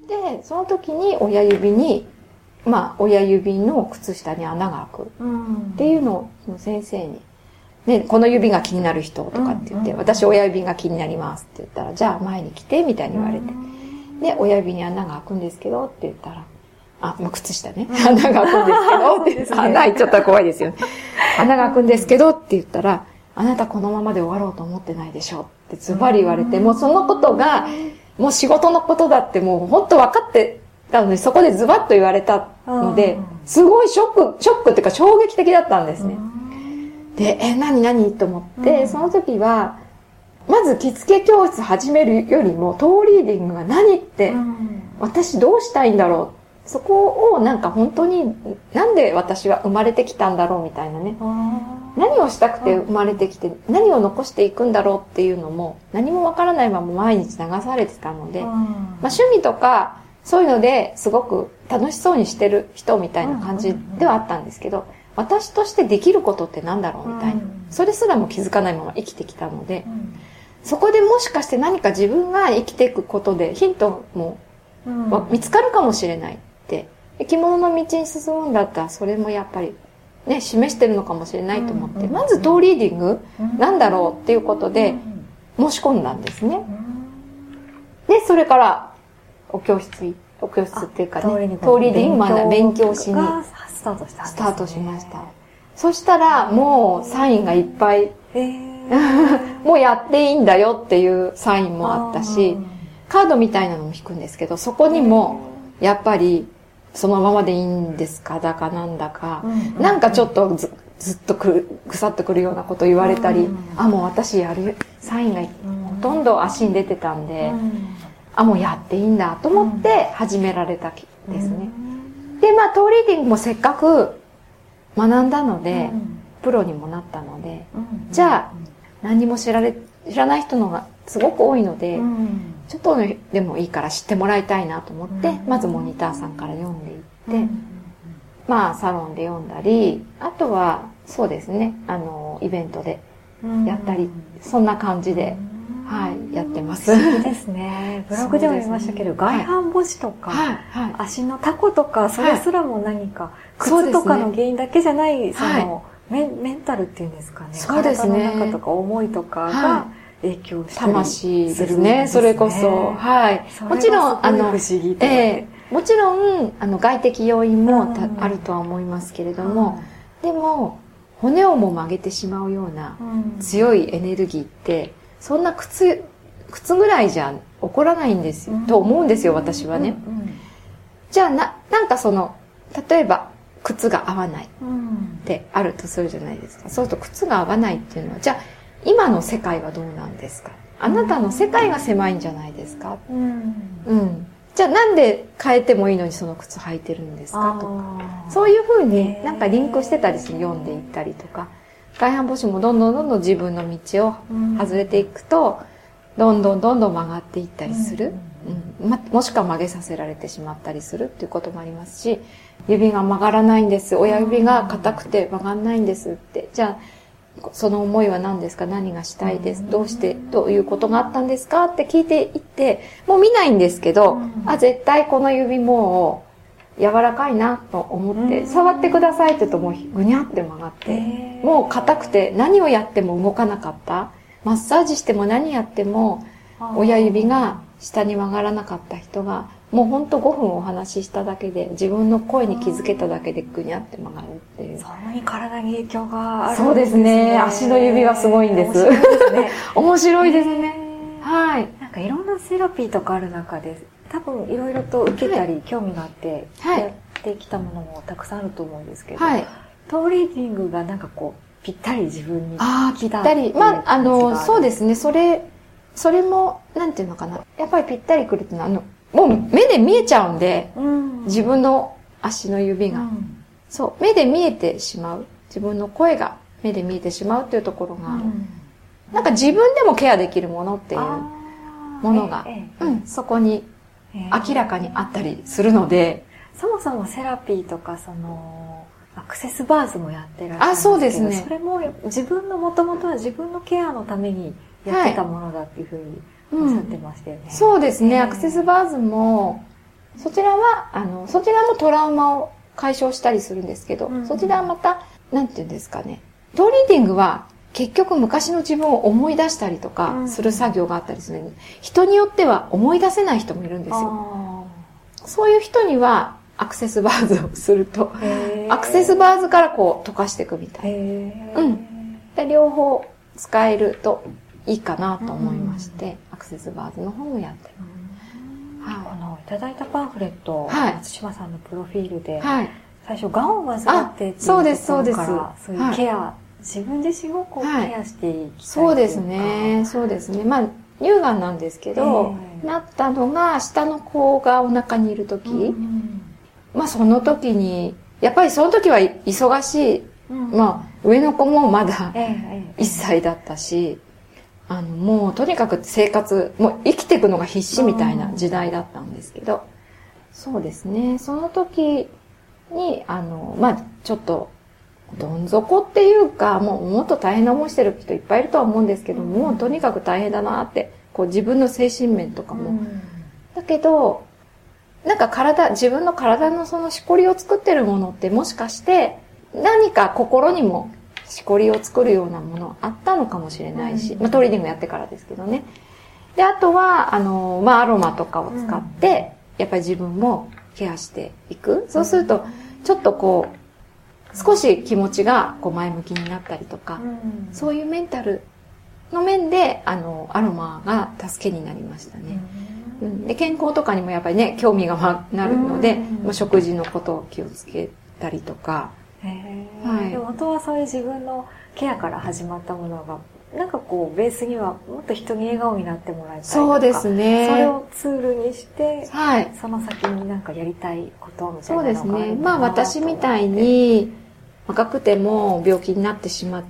で、その時に親指に、親指の靴下に穴が開くっていうのをその先生に、ね、この指が気になる人とかって言って、私親指が気になりますって言ったら、じゃあ前に来てみたいに言われて、で、親指に穴が開くんですけどって言ったら、靴下ね、穴が開くんですけどって、穴開いちゃったら怖いですよね。穴が開くんですけどって言ったら、あなたこのままで終わろうと思ってないでしょってズバリ言われて、もうそのことが、もう仕事のことだってもう本当分かってたので、そこでズバッと言われたので、すごいショックっていうか衝撃的だったんですね。で、何と思って、その時は、まず着付け教室始めるよりも、トーリーディングが何って、私どうしたいんだろう。そこをなんか本当に、なんで私は生まれてきたんだろうみたいなね。何をしたくて生まれてきて、何を残していくんだろうっていうのも、何もわからないまま毎日流されてたので、趣味とか、そういうのですごく楽しそうにしてる人みたいな感じではあったんですけど、私としてできることってなんだろうみたいな。それすらも気づかないまま生きてきたので、そこでもしかして何か自分が生きていくことでヒントも見つかるかもしれないって。着物の道に進むんだったらそれもやっぱりね、示してるのかもしれないと思って、まずトーリーディングなんだろうっていうことで申し込んだんですね。で、それからお教室っていうかね、トーリーディング勉強しにスタートしました。そしたらもうサインがいっぱい、もうやっていいんだよっていうサインもあったし、カードみたいなのも引くんですけど、そこにもやっぱりそのままでいいんですかだかなんだか、なんかちょっとずっとぐさっとくるようなこと言われたり、もう私やるサインがほとんど足に出てたんで、もうやっていいんだと思って始められたですね。で、トーリーディングもせっかく学んだので、プロにもなったので、じゃあ何も知らない人のがすごく多いので、ちょっとでもいいから知ってもらいたいなと思って、まずモニターさんから読んでいって、サロンで読んだり、あとはそうですね、イベントでやったり、そんな感じで、やってます。 そうですね。ブログでも見ましたけど、外反母趾とか、足のタコとか、それすらも何か、靴とかの原因だけじゃない、メンタルっていうんですかね。 そうですね。 体の中とか思いとかが影響してる。 魂ですね。それこそ。もちろん、 不思議もちろん、外的要因もあるとは思いますけれども、でも、骨をも曲げてしまうような強いエネルギーって、そんな靴ぐらいじゃ起こらないんですよ、と思うんですよ、私はね。じゃあなんか例えば、靴が合わないってあるとするじゃないですか。そうすると靴が合わないっていうのは、じゃあ今の世界はどうなんですか。あなたの世界が狭いんじゃないですか。じゃあなんで変えてもいいのにその靴履いてるんですかとか。そういうふうになんかリンクしてたりして読んでいったりとか。外反母趾もどんどん自分の道を外れていくと、どんどん曲がっていったりする。もしくは曲げさせられてしまったりするっていうこともありますし、指が曲がらないんです。親指が硬くて曲がんないんですって。じゃあ、その思いは何ですか？何がしたいです？どうしてどういうことがあったんですか？って聞いていって、もう見ないんですけど、絶対この指もう柔らかいなと思って、触ってくださいって言うともうぐにゃって曲がって、もう硬くて何をやっても動かなかった。マッサージしても何やっても親指が下に曲がらなかった人が、もうほんと5分お話ししただけで、自分の声に気づけただけでぐにゃって曲がるっていう。 そんなに体に影響があるんですね。 そうですね。足の指はすごいんです。面白いですね。 なんかいろんなセラピーとかある中で、多分いろいろと受けたり、興味があって、やってきたものもたくさんあると思うんですけど、トーリーディングがなんかぴったり自分にぴったり。そうですね。それも、なんていうのかな。やっぱりぴったりくるっていうのは、もう目で見えちゃうんで、自分の足の指が、そう、目で見えてしまう。自分の声が目で見えてしまうっていうところが、なんか自分でもケアできるものっていうものが、そこに明らかにあったりするので。 そもそもセラピーとか、アクセスバーズもやってらっしゃるんですけど、 そうですね。 それももともとは自分のケアのためにやってたものだっていうふうにおっしゃってましたよね。 そうですね。アクセスバーズも、 そちらは、そちらもトラウマを解消したりするんですけど、そちらはまた、なんていうんですかね。トーリーディングは結局昔の自分を思い出したりとかする作業があったりする、人によっては思い出せない人もいるんですよ。そういう人にはアクセスバーズをすると、アクセスバーズからこう溶かしていくみたいな。で両方使えるといいかなと思いまして、アクセスバーズの方をやってます。 いただいたパンフレット、松島さんのプロフィールで、最初、がんを患ってっていうところから、そういうケア、自分自身をこうケアしていきたい。 そうですね。そうですね。まあ、乳がんなんですけど、なったのが、下の子がお腹にいるとき、まあ、その時に、やっぱりその時は忙しい。まあ、上の子もまだ1歳だったし、もうとにかく生活、もう生きていくのが必死みたいな時代だったんですけど、そうですね。その時に、まあ、ちょっと、どん底っていうか、もうもっと大変な思いしてる人いっぱいいるとは思うんですけども、とにかく大変だなって、こう自分の精神面とかも。だけど、なんか自分の体のそのしこりを作ってるものってもしかして、何か心にもしこりを作るようなものあったのかもしれないし、まあトーリーディングやってからですけどね。で、あとは、まあアロマとかを使って、やっぱり自分もケアしていく。そうすると、ちょっとこう、少し気持ちがこう前向きになったりとか、そういうメンタルの面で、アロマが助けになりましたね。で、健康とかにもやっぱりね、興味がなるので、食事のことを気をつけたりとか。 でも本当はそういう自分のケアから始まったものが、なんかこう、ベースにはもっと人に笑顔になってもらいたいとか。 そうですね。 それをツールにして、その先になんかやりたいことみたいなのがあるのかな。そうですね。まあ私みたいに、若くても病気になってしまって、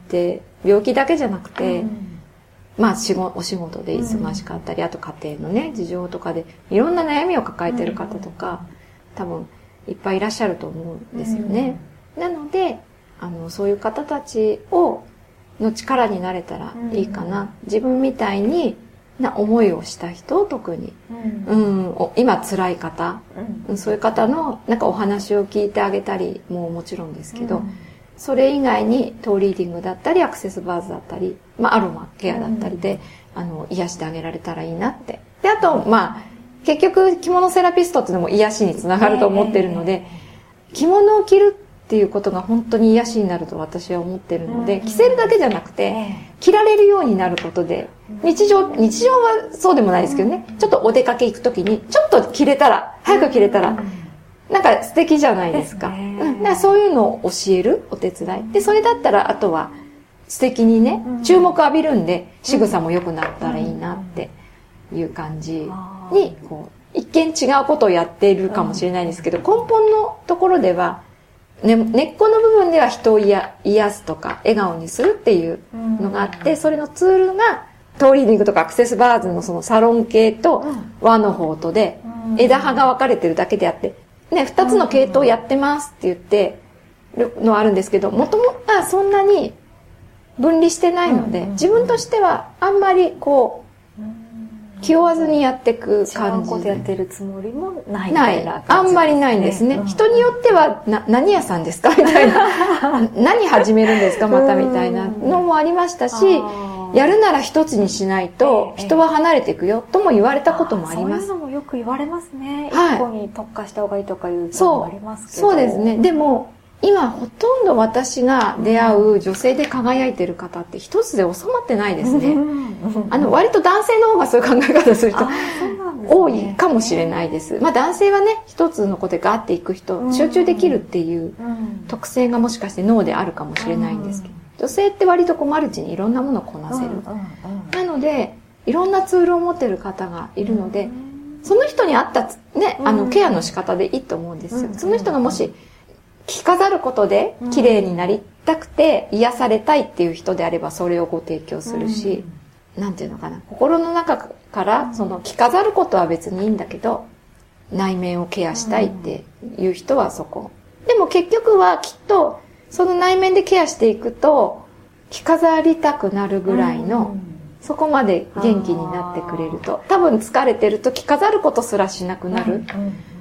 病気だけじゃなくて、まあお仕事で忙しかったり、あと家庭のね、事情とかでいろんな悩みを抱えてる方とか、多分いっぱいいらっしゃると思うんですよね。なので、そういう方たちの力になれたらいいかな。自分みたいにな思いをした人、特に。今辛い方、そういう方のなんかお話を聞いてあげたりももちろんですけど、それ以外にトーリーディングだったり、アクセスバーズだったり、まあアロマケアだったりで、癒してあげられたらいいなって。で、あと、まあ、結局着物セラピストっていうのも癒しにつながると思ってるので、着物を着るっていうことが本当に癒しになると私は思ってるので、着せるだけじゃなくて、着られるようになることで、日常はそうでもないですけどね、ちょっとお出かけ行くときに、ちょっと着れたら、早く着れたら、なんか素敵じゃないですか。だからそういうのを教えるお手伝い。で、それだったらあとは素敵にね、注目浴びるんで、仕草も良くなったらいいなっていう感じに、こう、一見違うことをやっているかもしれないんですけど、根本のところでは、根っこの部分では人を癒すとか、笑顔にするっていうのがあって、それのツールが、トーリーディングとかアクセスバーズのそのサロン系と和の方とで、枝葉が分かれてるだけであって、ね、二つの系統やってますって言ってるのはあるんですけど、もともとはそんなに分離してないので、自分としてはあんまりこう、気負わずにやっていく感じ。 違うことやってるつもりもないみたいな感じですね。 あんまりないんですね。人によっては、何屋さんですかみたいな。何始めるんですかまたみたいなのもありましたし、やるなら一つにしないと人は離れていくよとも言われたこともあります。 そういうのもよく言われますね。一個に特化した方がいいとかいうのもありますけど。 そうですね。でも、今ほとんど私が出会う女性で輝いてる方って一つで収まってないですね。割と男性の方がそういう考え方する人多いかもしれないです。まあ男性はね、一つのことでガーっていく人、集中できるっていう特性がもしかして脳であるかもしれないんですけど、女性って割とマルチにいろんなものをこなせる。なので、いろんなツールを持ってる方がいるので、その人に合ったね、ケアの仕方でいいと思うんですよ。その人がもし、着飾ることで綺麗になりたくて癒されたいっていう人であればそれをご提供するし、なんていうのかな、心の中からその着飾ることは別にいいんだけど、内面をケアしたいっていう人はそこ。でも結局はきっとその内面でケアしていくと着飾りたくなるぐらいの、そこまで元気になってくれると、多分疲れてると着飾ることすらしなくなる。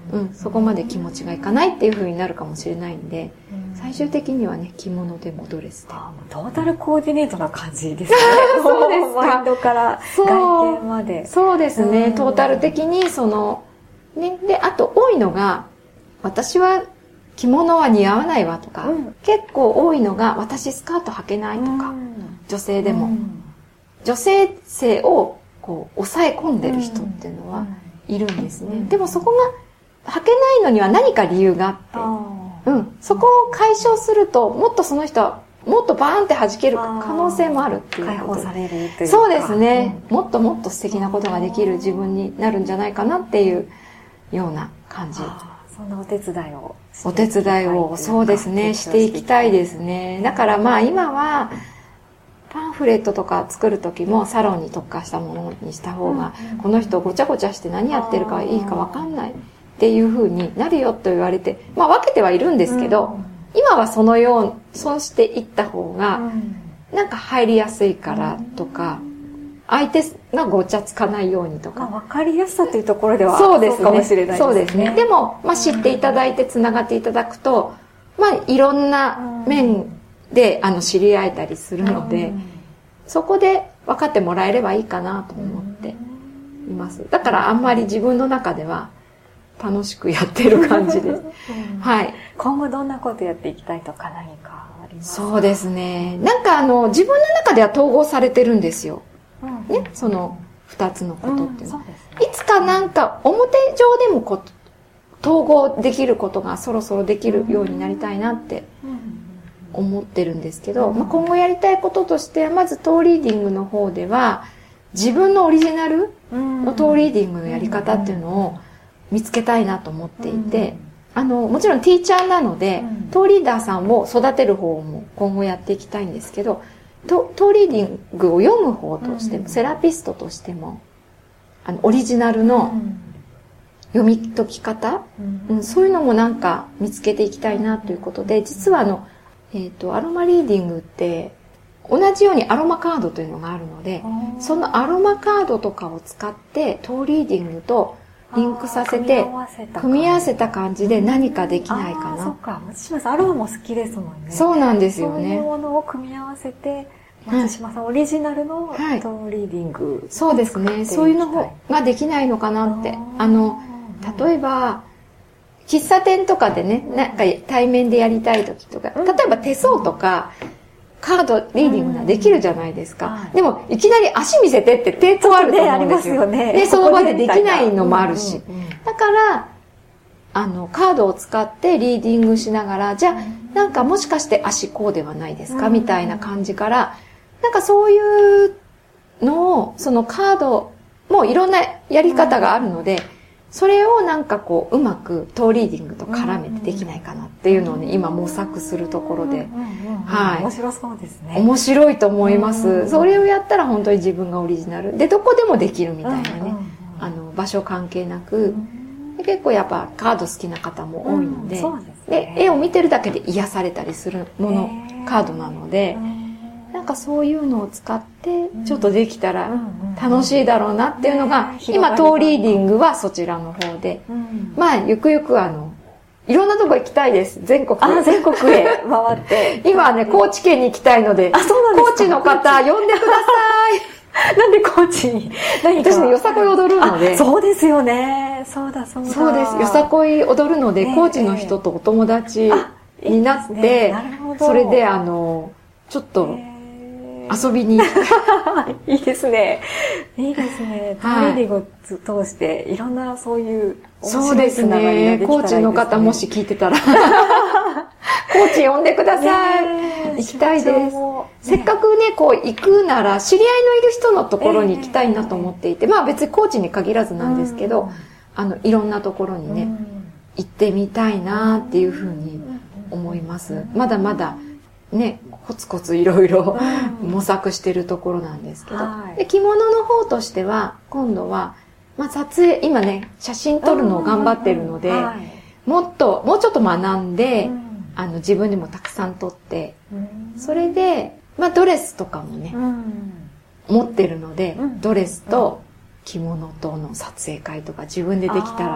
そこまで気持ちがいかないっていう風になるかもしれないんで、最終的にはね、着物でもドレスでも。 トータルコーディネートな感じですね。 そうですか。 マインドから外見まで。 そうですね。トータル的にね、で、あと多いのが、私は着物は似合わないわとか、結構多いのが、私スカート履けないとか、女性でも。女性性をこう抑え込んでる人っていうのはいるんですね。でもそこが履けないのには何か理由があって、そこを解消すると、もっとその人はもっとバーンって弾ける可能性もあるっていう解放されるというか。 そうですね。もっともっと素敵なことができる自分になるんじゃないかなっていうような感じ。 そんなお手伝いを。 お手伝いを、そうですね、していきたいですね。だからまあ今は、パンフレットとか作る時もサロンに特化したものにした方が、この人ごちゃごちゃして何やってるかいいかわかんないっていう風になるよと言われて、まあ分けてはいるんですけど、今はそうしていった方が、なんか入りやすいからとか、相手がごちゃつかないようにとか。 分かりやすさというところではそうですね。 かもしれないですね。 そうですね。でも、まあ知っていただいて繋がっていただくと、まあいろんな面で知り合えたりするので、そこで分かってもらえればいいかなと思っています。だからあんまり自分の中では楽しくやってる感じです。はい。 今後どんなことやっていきたいとか何かありますか？ そうですね。なんか自分の中では統合されてるんですよ。ね、その2つのことっていうのは。いつかなんか表上でも統合できることがそろそろできるようになりたいなって思ってるんですけど、まあ、今後やりたいこととしては、まずトーリーディングの方では、自分のオリジナルのトーリーディングのやり方っていうのを見つけたいなと思っていて、もちろんティーチャーなので、トーリーダーさんを育てる方も今後やっていきたいんですけど、トーリーディングを読む方としても、セラピストとしても、オリジナルの読み解き方、そういうのもなんか見つけていきたいなということで、実はアロマリーディングって同じようにアロマカードというのがあるので、そのアロマカードとかを使ってトーリーディングとリンクさせて組み合わせた感じで何かできないかな。 そっか、松島さんアロマも好きですもんね。 そうなんですよね。 そういうものを組み合わせて松島さんオリジナルのトーリーディング、 そうですね。そういうのができないのかなって。例えば喫茶店とかでね、なんか対面でやりたい時とか、例えば手相とかカードリーディングができるじゃないですか。でもいきなり足見せてって抵抗あると思うんですよ。で、その場でできないのもあるし。だからカードを使ってリーディングしながら、じゃあなんかもしかして足こうではないですかみたいな感じから、なんかそういうのを、そのカードもいろんなやり方があるので、それをなんかこううまくトーリーディングと絡めてできないかなっていうのをね、今模索するところで、 はい。面白そうですね。 面白いと思います。それをやったら本当に自分がオリジナルでどこでもできるみたいなね、場所関係なく、結構やっぱカード好きな方も多いので、で絵を見てるだけで癒されたりするもの、カードなので、なんかそういうのを使ってちょっとできたら楽しいだろうなっていうのが、今トーリーディングはそちらの方で、まあゆくゆくいろんなとこ行きたいです。全国全国へ回って。 今はね、高知県に行きたいので、高知の方呼んでください。なんで高知に？ 私ね、よさこい踊るので。 そうですよね。そうだそうだ。 そうです。よさこい踊るので、高知の人とお友達になって、それでちょっと遊びにいいですね。いいですね。トーリーディングを通していろんなそういうそうですね。高知の方もし聞いてたら高知呼んでください。行きたいです。せっかくね、こう行くなら知り合いのいる人のところに行きたいなと思っていて、まあ別に高知に限らずなんですけど、いろんなところにね、行ってみたいなっていうふうに思います。まだまだね、コツコツいろいろ模索してるところなんですけど、で着物の方としては今度は、まあ、撮影今ね写真撮るのを頑張ってるので、もうちょっと学んで、自分でもたくさん撮って、それで、まあ、ドレスとかもね、持ってるので、ドレスと着物との撮影会とか自分でできたら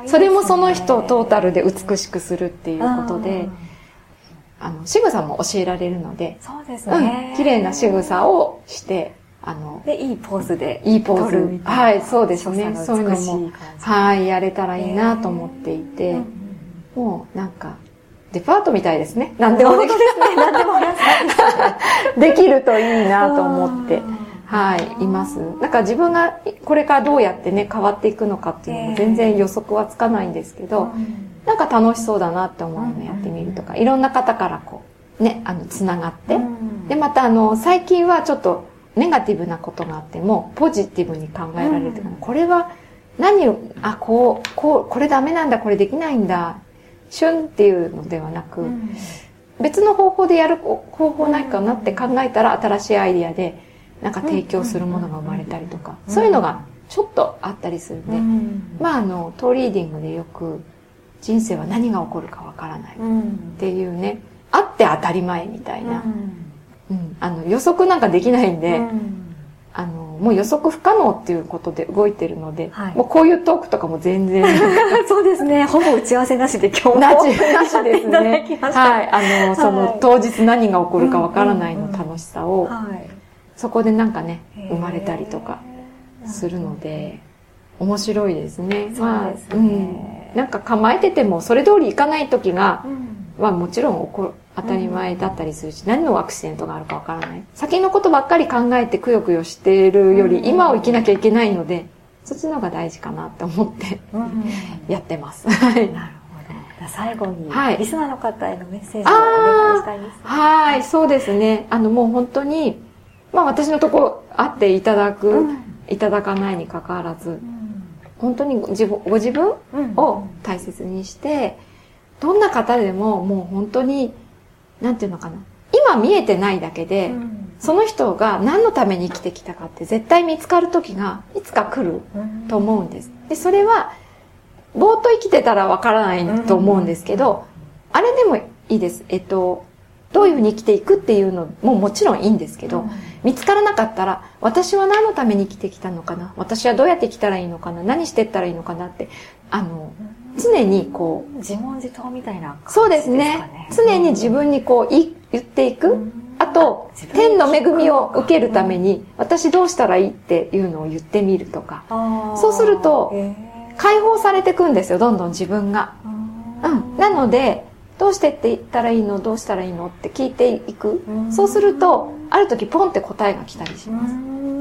それもその人をトータルで美しくするっていうことで、仕草も教えられるので、 そうですね。 綺麗な仕草をして、 で、いいポーズで。 いいポーズ。はい、そうですね。そういうのも、はい、やれたらいいなと思っていて、もうなんか、デパートみたいですね。何でもできる。 何でもできるといいなと思って、はい、います。なんか自分がこれからどうやってね、変わっていくのかっていうのも全然予測はつかないんですけど、なんか楽しそうだなって思うのをやってみるとか、いろんな方からこう、ね、つながって、で、また最近はちょっとネガティブなことがあっても、ポジティブに考えられるというか、これは何を、これダメなんだ、これできないんだ、シュンっていうのではなく、別の方法でやる方法ないかなって考えたら新しいアイディアでなんか提供するものが生まれたりとか、そういうのがちょっとあったりするんで、まあトーリーディングでよく人生は何が起こるかわからないっていうね、あって当たり前みたいな、予測なんかできないんで、もう予測不可能っていうことで動いてるので、もうこういうトークとかも全然そうですね、ほぼ打ち合わせなしで今日もなしですね。はい、その当日何が起こるかわからないの楽しさを、そこでなんかね生まれたりとかするので面白いですね。まあ、なんか構えててもそれ通りいかない時が、もちろん当たり前だったりするし、何のアクシデントがあるかわからない。先のことばっかり考えてくよくよしているより、今を生きなきゃいけないので、そっちの方が大事かなって思ってやってます。 なるほど。最後に、リスナーの方へのメッセージをお願いしたいです。 はい、そうですね。もう本当に、私のとこ会っていただく、いただかないに関わらず、本当にご自分を大切にして、どんな方でももう本当になんていうのかな。今見えてないだけで、その人が何のために生きてきたかって絶対見つかる時がいつか来ると思うんです。で、それは、ぼーっと生きてたらわからないと思うんですけど、あれでもいいです。どういうふうに生きていくっていうのももちろんいいんですけど、見つからなかったら、私は何のために生きてきたのかな、私はどうやって生きたらいいのかな、何してったらいいのかなって、常にこう自問自答みたいな感じですかね。 そうですね。常に自分にこう言っていく。あと天の恵みを受けるために私どうしたらいいっていうのを言ってみるとか。そうすると解放されていくんですよ。どんどん自分が。なのでどうしてって言ったらいいの、どうしたらいいのって聞いていく。そうするとある時ポンって答えが来たりします。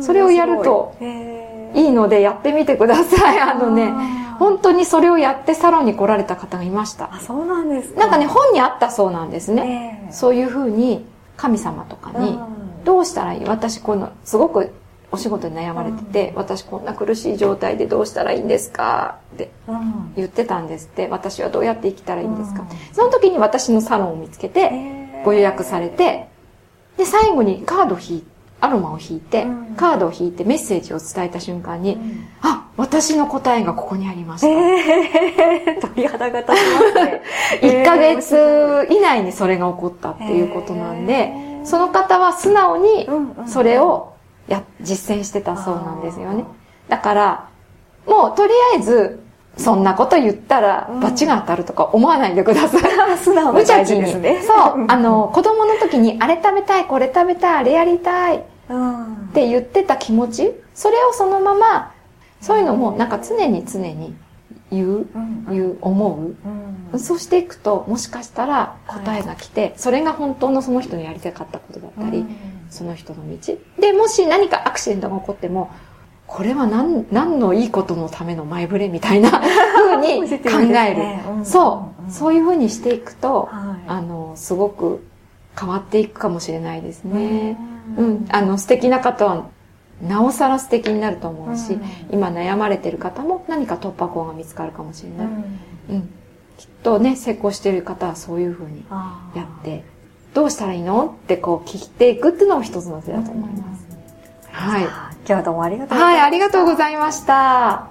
それをやるといいのでやってみてください。本当にそれをやってサロンに来られた方がいました。 そうなんですか。 なんかね、本にあったそうなんですね。そういうふうに神様とかに、どうしたらいい、私すごくお仕事に悩まれてて、私こんな苦しい状態でどうしたらいいんですかって言ってたんですって。私はどうやって生きたらいいんですか。その時に私のサロンを見つけて、ご予約されて、で、最後にアロマを引いて、カードを引いてメッセージを伝えた瞬間に、私の答えがここにありました。 鳥肌が立ちますね。 1ヶ月以内にそれが起こったっていうことなんで、その方は素直にそれを実践してたそうなんですよね。だから、もうとりあえず、そんなこと言ったら罰が当たるとか思わないでください。 素直な大事ですね。 そう。子供の時にあれ食べたい、これ食べたい、あれやりたいって言ってた気持ち、それをそのまま、そういうのもなんか常に言う、思う。そうしていくと、もしかしたら答えが来て、それが本当のその人のやりたかったことだったり、その人の道。で、もし何かアクシデントが起こっても、これは何のいいことのための前触れみたいな風に考える。そういう風にしていくと、すごく変わっていくかもしれないですね。素敵な方は、なおさら素敵になると思うし、今悩まれてる方も何か突破口が見つかるかもしれない。きっとね、成功してる方はそういう風にやって、どうしたらいいのってこう聞いていくっていうのも一つの手だと思います。はい。 今日はどうもありがとうございました。 はい、ありがとうございました。